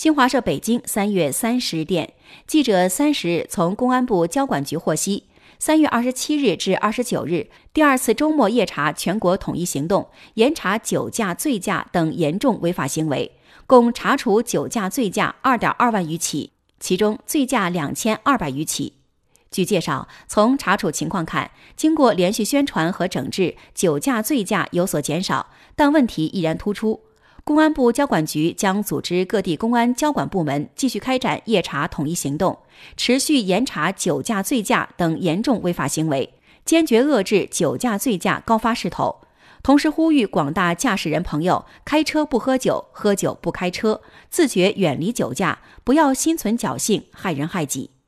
新华社北京3月30日电，记者30日从公安部交管局获悉，3月27日至29日，第二次周末夜查全国统一行动，严查酒驾、醉驾等严重违法行为，共查处酒驾、醉驾 2.2 万余起，其中醉驾2200余起。据介绍，从查处情况看，经过连续宣传和整治，酒驾、醉驾有所减少，但问题依然突出。公安部交管局将组织各地公安交管部门继续开展夜查统一行动，持续严查酒驾、醉驾等严重违法行为，坚决遏制酒驾、醉驾高发势头。同时呼吁广大驾驶人朋友开车不喝酒，喝酒不开车，自觉远离酒驾，不要心存侥幸，害人害己。